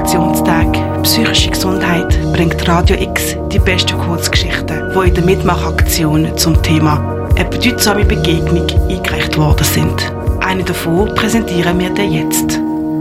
Weltinformationstag Psychische Gesundheit bringt Radio X die besten Kurzgeschichten, die in der Mitmachaktion zum Thema «Eine bedeutsame Begegnung» eingereicht worden sind. Eine davon präsentieren wir dir jetzt.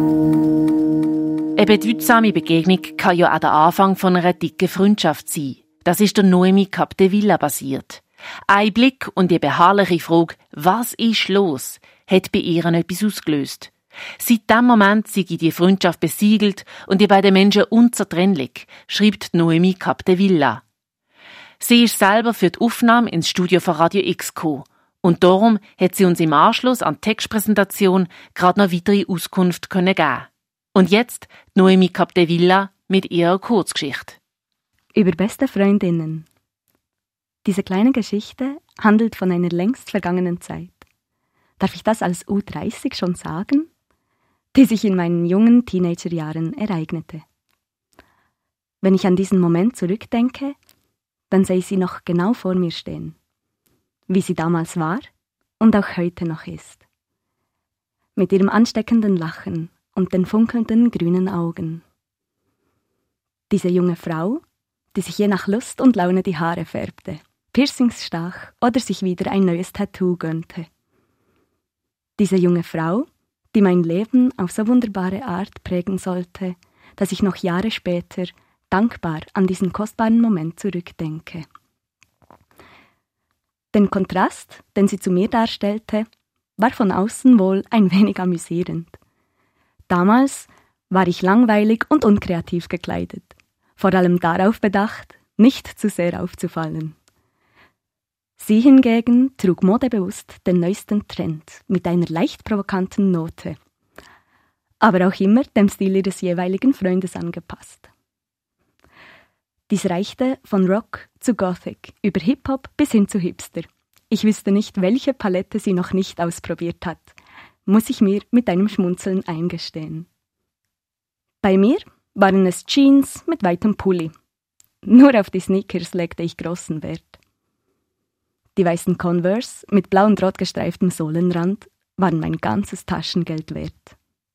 Eine bedeutsame Begegnung kann ja auch der Anfang von einer dicken Freundschaft sein. Das ist der Noemi Capdevila basiert. Ein Blick und die beharrliche Frage «Was ist los?» hat bei ihr etwas ausgelöst. Seit diesem Moment sei die Freundschaft besiegelt und die beiden Menschen unzertrennlich, schreibt Noemi Capdevila. Sie ist selber für die Aufnahme ins Studio von Radio X gekommen. Und darum hat sie uns im Anschluss an die Textpräsentation gerade noch weitere Auskunft geben können. Und jetzt Noemi Capdevila mit ihrer Kurzgeschichte. Über beste Freundinnen. Diese kleine Geschichte handelt von einer längst vergangenen Zeit. Darf ich das als U30 schon sagen? Die sich in meinen jungen Teenagerjahren ereignete. Wenn ich an diesen Moment zurückdenke, dann sehe ich sie noch genau vor mir stehen. Wie sie damals war und auch heute noch ist. Mit ihrem ansteckenden Lachen und den funkelnden grünen Augen. Diese junge Frau, die sich je nach Lust und Laune die Haare färbte, Piercings stach oder sich wieder ein neues Tattoo gönnte. Diese junge Frau, die mein Leben auf so wunderbare Art prägen sollte, dass ich noch Jahre später dankbar an diesen kostbaren Moment zurückdenke. Den Kontrast, den sie zu mir darstellte, war von außen wohl ein wenig amüsierend. Damals war ich langweilig und unkreativ gekleidet, vor allem darauf bedacht, nicht zu sehr aufzufallen. Sie hingegen trug modebewusst den neuesten Trend mit einer leicht provokanten Note, aber auch immer dem Stil ihres jeweiligen Freundes angepasst. Dies reichte von Rock zu Gothic, über Hip-Hop bis hin zu Hipster. Ich wüsste nicht, welche Palette sie noch nicht ausprobiert hat, muss ich mir mit einem Schmunzeln eingestehen. Bei mir waren es Jeans mit weitem Pulli. Nur auf die Sneakers legte ich großen Wert. Die weißen Converse mit blau und rot gestreiftem Sohlenrand waren mein ganzes Taschengeld wert.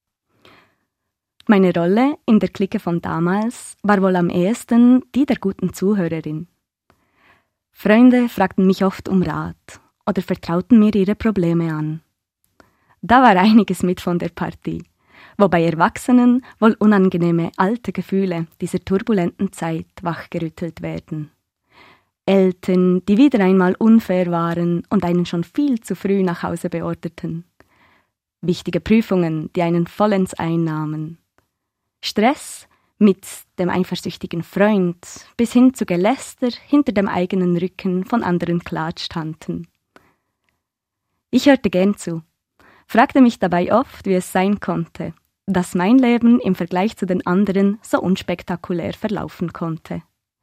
Meine Rolle in der Clique von damals war wohl am ehesten die der guten Zuhörerin. Freunde fragten mich oft um Rat oder vertrauten mir ihre Probleme an. Da war einiges mit von der Partie, wobei Erwachsenen wohl unangenehme alte Gefühle dieser turbulenten Zeit wachgerüttelt werden. Eltern, die wieder einmal unfair waren und einen schon viel zu früh nach Hause beorderten. Wichtige Prüfungen, die einen vollends einnahmen. Stress mit dem eifersüchtigen Freund bis hin zu Geläster hinter dem eigenen Rücken von anderen Klatschtanten. Ich hörte gern zu, fragte mich dabei oft, wie es sein konnte, dass mein Leben im Vergleich zu den anderen so unspektakulär verlaufen konnte.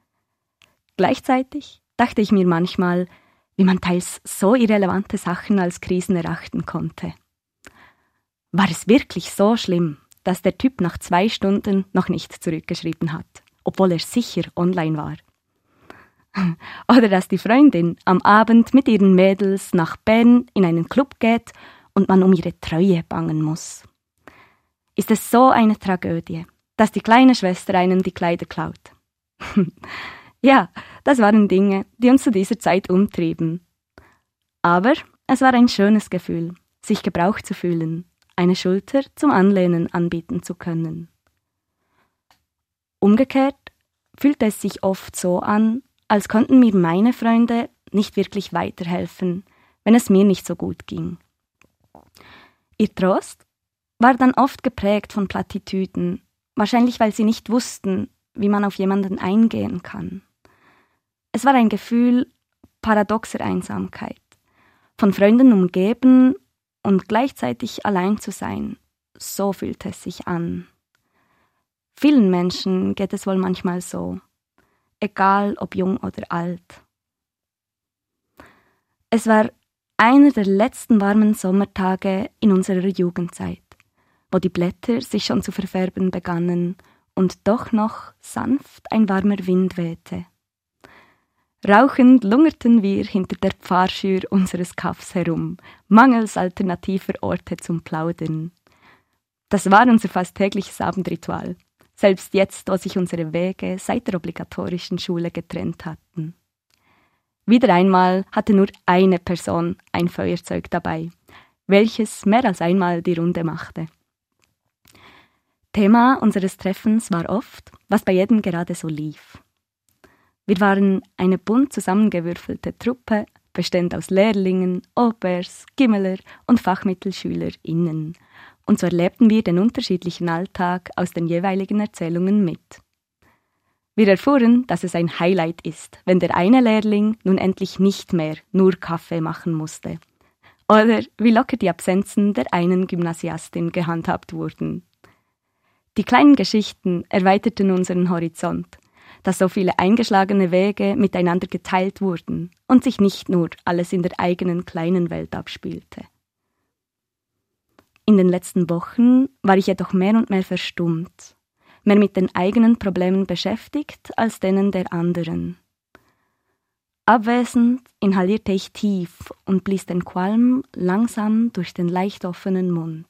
Gleichzeitig dachte ich mir manchmal, wie man teils so irrelevante Sachen als Krisen erachten konnte. War es wirklich so schlimm, dass der Typ nach 2 Stunden noch nicht zurückgeschrieben hat, obwohl er sicher online war? Oder dass die Freundin am Abend mit ihren Mädels nach Bern in einen Club geht und man um ihre Treue bangen muss? Ist es so eine Tragödie, dass die kleine Schwester einem die Kleider klaut? Ja, das waren Dinge, die uns zu dieser Zeit umtrieben. Aber es war ein schönes Gefühl, sich gebraucht zu fühlen, eine Schulter zum Anlehnen anbieten zu können. Umgekehrt fühlte es sich oft so an, als konnten mir meine Freunde nicht wirklich weiterhelfen, wenn es mir nicht so gut ging. Ihr Trost war dann oft geprägt von Plattitüden, wahrscheinlich weil sie nicht wussten, wie man auf jemanden eingehen kann. Es war ein Gefühl paradoxer Einsamkeit, von Freunden umgeben und gleichzeitig allein zu sein. So fühlt es sich an. Vielen Menschen geht es wohl manchmal so, egal ob jung oder alt. Es war einer der letzten warmen Sommertage in unserer Jugendzeit, wo die Blätter sich schon zu verfärben begannen und doch noch sanft ein warmer Wind wehte. Rauchend lungerten wir hinter der Pfarrschür unseres Kaffs herum, mangels alternativer Orte zum Plaudern. Das war unser fast tägliches Abendritual. selbst jetzt, wo sich unsere Wege seit der obligatorischen Schule getrennt hatten. Wieder einmal hatte nur eine Person ein Feuerzeug dabei, welches mehr als einmal die Runde machte. Thema unseres Treffens war oft, was bei jedem gerade so lief. Wir waren eine bunt zusammengewürfelte Truppe, bestehend aus Lehrlingen, Au-pairs, Gimmeler und FachmittelschülerInnen. Und so erlebten wir den unterschiedlichen Alltag aus den jeweiligen Erzählungen mit. Wir erfuhren, dass es ein Highlight ist, wenn der eine Lehrling nun endlich nicht mehr nur Kaffee machen musste. Oder wie locker die Absenzen der einen Gymnasiastin gehandhabt wurden. Die kleinen Geschichten erweiterten unseren Horizont, dass so viele eingeschlagene Wege miteinander geteilt wurden und sich nicht nur alles in der eigenen kleinen Welt abspielte. In den letzten Wochen war ich jedoch mehr und mehr verstummt, mehr mit den eigenen Problemen beschäftigt als denen der anderen. Abwesend inhalierte ich tief und blies den Qualm langsam durch den leicht offenen Mund.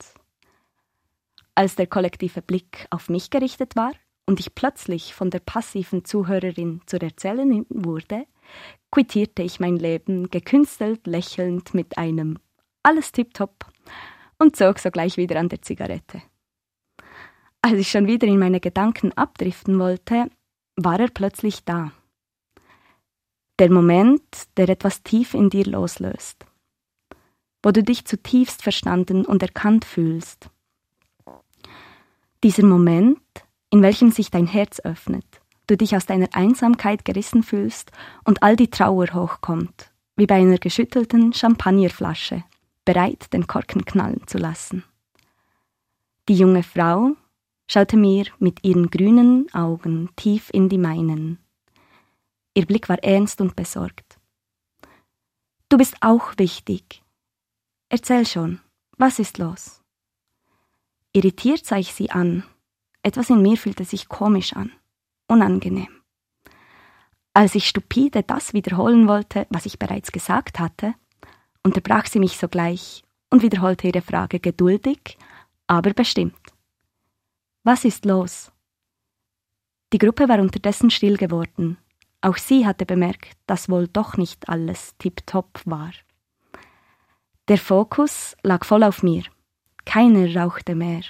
Als der kollektive Blick auf mich gerichtet war und ich plötzlich von der passiven Zuhörerin zur Erzählerin wurde, quittierte ich mein Leben gekünstelt lächelnd mit einem »Alles tipptopp« und zog sogleich wieder an der Zigarette. Als ich schon wieder in meine Gedanken abdriften wollte, war er plötzlich da. Der Moment, der etwas tief in dir loslöst, wo du dich zutiefst verstanden und erkannt fühlst. Dieser Moment, in welchem sich dein Herz öffnet, du dich aus deiner Einsamkeit gerissen fühlst und all die Trauer hochkommt, wie bei einer geschüttelten Champagnerflasche, bereit, den Korken knallen zu lassen. Die junge Frau schaute mir mit ihren grünen Augen tief in die meinen. Ihr Blick war ernst und besorgt. »Du bist auch wichtig. Erzähl schon, was ist los?« Irritiert sah ich sie an. Etwas in mir fühlte sich komisch an, unangenehm. Als ich stupide das wiederholen wollte, was ich bereits gesagt hatte, unterbrach sie mich sogleich und wiederholte ihre Frage geduldig, aber bestimmt. »Was ist los?« Die Gruppe war unterdessen still geworden. Auch sie hatte bemerkt, dass wohl doch nicht alles tipptopp war. Der Fokus lag voll auf mir. Keiner rauchte mehr.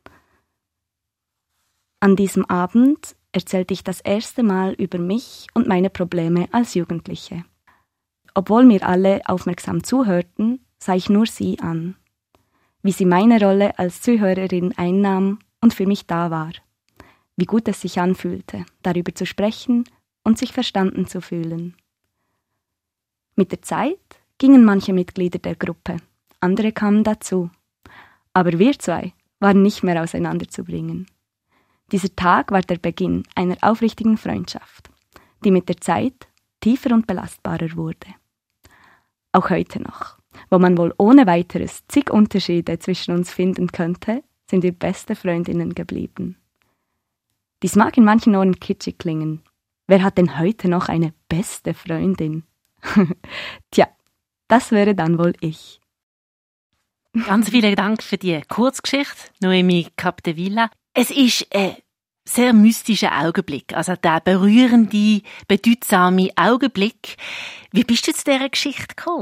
An diesem Abend erzählte ich das erste Mal über mich und meine Probleme als Jugendliche. Obwohl mir alle aufmerksam zuhörten, sah ich nur sie an. Wie sie meine Rolle als Zuhörerin einnahm und für mich da war. Wie gut es sich anfühlte, darüber zu sprechen und sich verstanden zu fühlen. Mit der Zeit gingen manche Mitglieder der Gruppe, andere kamen dazu. Aber wir zwei waren nicht mehr auseinanderzubringen. Dieser Tag war der Beginn einer aufrichtigen Freundschaft, die mit der Zeit tiefer und belastbarer wurde. Auch heute noch, wo man wohl ohne weiteres zig Unterschiede zwischen uns finden könnte, sind wir beste Freundinnen geblieben. Dies mag in manchen Ohren kitschig klingen. Wer hat denn heute noch eine beste Freundin? Tja, das wäre dann wohl ich. Ganz vielen Dank für die Kurzgeschichte, Noemi Capdevila. Es ist ein sehr mystischer Augenblick, also der berührende, bedeutsame Augenblick. Wie bist du zu dieser Geschichte gekommen?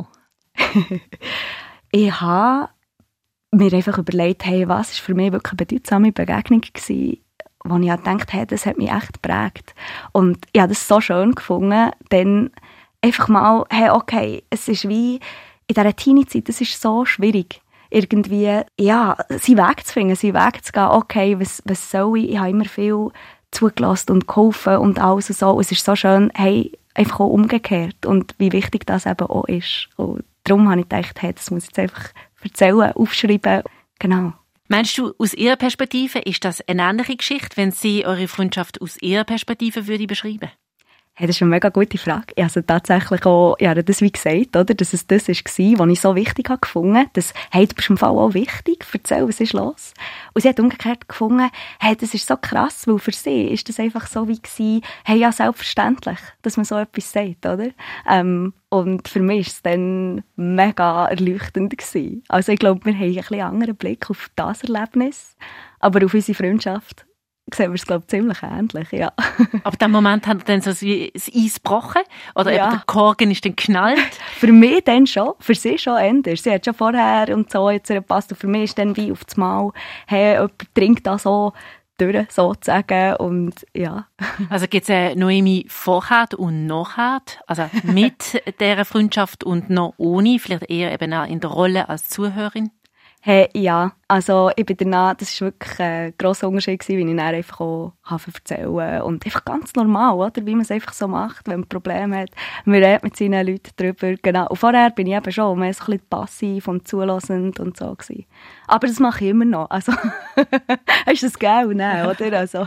Ich habe mir einfach überlegt, hey, was war für mich wirklich eine bedeutsame Begegnung gewesen, wo ich gedacht habe, das hat mich echt geprägt. Und ich habe das so schön gefunden, dann einfach mal, hey, okay, es ist wie in dieser Teenie-Zeit, es ist so schwierig, irgendwie, ja, seinen Weg zu finden, seinen Weg zu gehen, okay, was soll ich? Ich habe immer viel zugelassen und geholfen und alles und so. Und es ist so schön, hey, einfach auch umgekehrt und wie wichtig das eben auch ist. Und darum habe ich gedacht, hey, das muss ich jetzt einfach erzählen, aufschreiben, genau. Meinst du, aus Ihrer Perspektive ist das eine ähnliche Geschichte, wenn Sie eure Freundschaft aus Ihrer Perspektive würde beschreiben? Hey, das ist eine mega gute Frage. Ich habe tatsächlich auch, ja, das wie gesagt, oder, dass es das war, was ich so wichtig habe gefunden, dass, hey, du bist im Fall auch wichtig, erzähl, was ist los? Und sie hat umgekehrt gefunden, hey, das ist so krass, weil für sie ist das einfach so wie gewesen, hey, ja, selbstverständlich, dass man so etwas sagt, oder? Und für mich war es dann mega erleuchtend gewesen. Also ich glaube, wir haben ein bisschen anderen Blick auf das Erlebnis, aber auf unsere Freundschaft sehen wir es, glaube ich, ziemlich ähnlich, ja. Aber in dem Moment hat er dann so das Eis gebrochen? Oder eben der Korken ist dann geknallt? Für mich dann schon, für sie schon anders. Sie hat schon vorher und so jetzt gepasst. Und für mich ist dann wie auf das Mal, hey, jemand trinkt das so durch, sozusagen. Und ja. Also gibt es Noemi vorher und nachher? Also mit dieser Freundschaft und noch ohne? Vielleicht eher eben auch in der Rolle als Zuhörerin? Hey, ja, also ich bin danach, das war wirklich ein grosser Unterschied gewesen, wie ich dann einfach auch erzählen und einfach ganz normal, oder? Wie man es einfach so macht, wenn man Probleme hat. Man redet mit seinen Leuten darüber, genau. Und vorher bin ich eben schon mehr so ein bisschen passiv und zulassend und so gewesen. Aber das mache ich immer noch, also ist das geil, ne, oder? Also.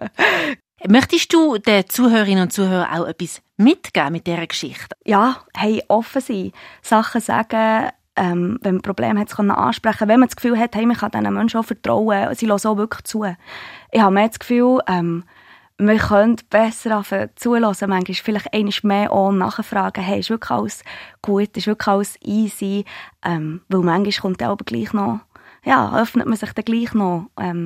Möchtest du den Zuhörerinnen und Zuhörern auch etwas mitgeben mit dieser Geschichte? Ja, hey, offen sein, Sachen sagen, wenn man Probleme hat, kann man ansprechen. Wenn man das Gefühl hat, hey, man kann diesen Menschen auch vertrauen, sie hören auch wirklich zu. Ich habe mehr das Gefühl, man könnte besser zuhören, manchmal vielleicht einmal mehr auch nachfragen, hey, ist wirklich alles gut, ist wirklich alles easy, weil manchmal kommt aber gleich noch, ja, öffnet man sich dann gleich noch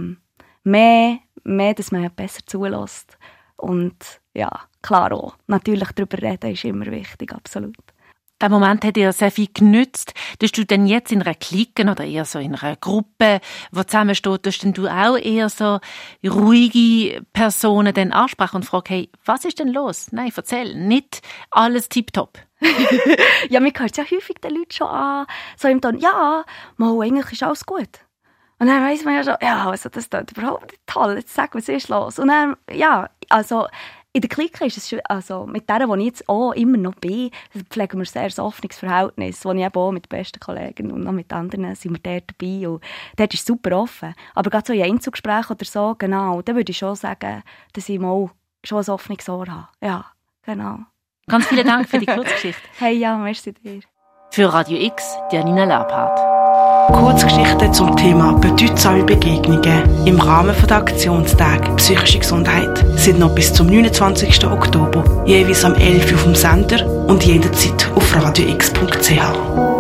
mehr, dass man besser zulässt. Und ja, klar auch, natürlich darüber reden ist immer wichtig, absolut. Der Moment hat dir sehr viel genützt. Tust du denn jetzt in einer Clique oder eher so in einer Gruppe, die zusammensteht, tust du auch eher so ruhige Personen dann ansprechen und fragen, hey, was ist denn los? Nein, erzähl, nicht alles tipptopp. Ja, mir hört ja häufig den Leuten schon an, so im Ton, ja, mal, eigentlich ist alles gut. Und dann weiss man ja schon, ja, also das ist überhaupt nicht toll, jetzt sag, was ist los? Und dann, ja, also in der Clique ist es, also mit der, wo ich jetzt auch immer noch bin, pflegen wir ein sehr offenes Verhältnis, wo ich eben auch mit den besten Kollegen und noch mit anderen sind wir dort dabei und dort ist es super offen. Aber gerade so in Einzelgesprächen oder so, genau, da würde ich schon sagen, dass ich mal schon ein offenes Ohr habe. Ja, genau. Ganz vielen Dank für die Kurzgeschichte. Hey, ja, merci dir. Für Radio X, Janina Labhardt. Kurzgeschichten zum Thema bedeutsame Begegnungen im Rahmen der Aktionstage Psychische Gesundheit sind noch bis zum 29. Oktober jeweils am 11 Uhr auf dem Sender und jederzeit auf radiox.ch.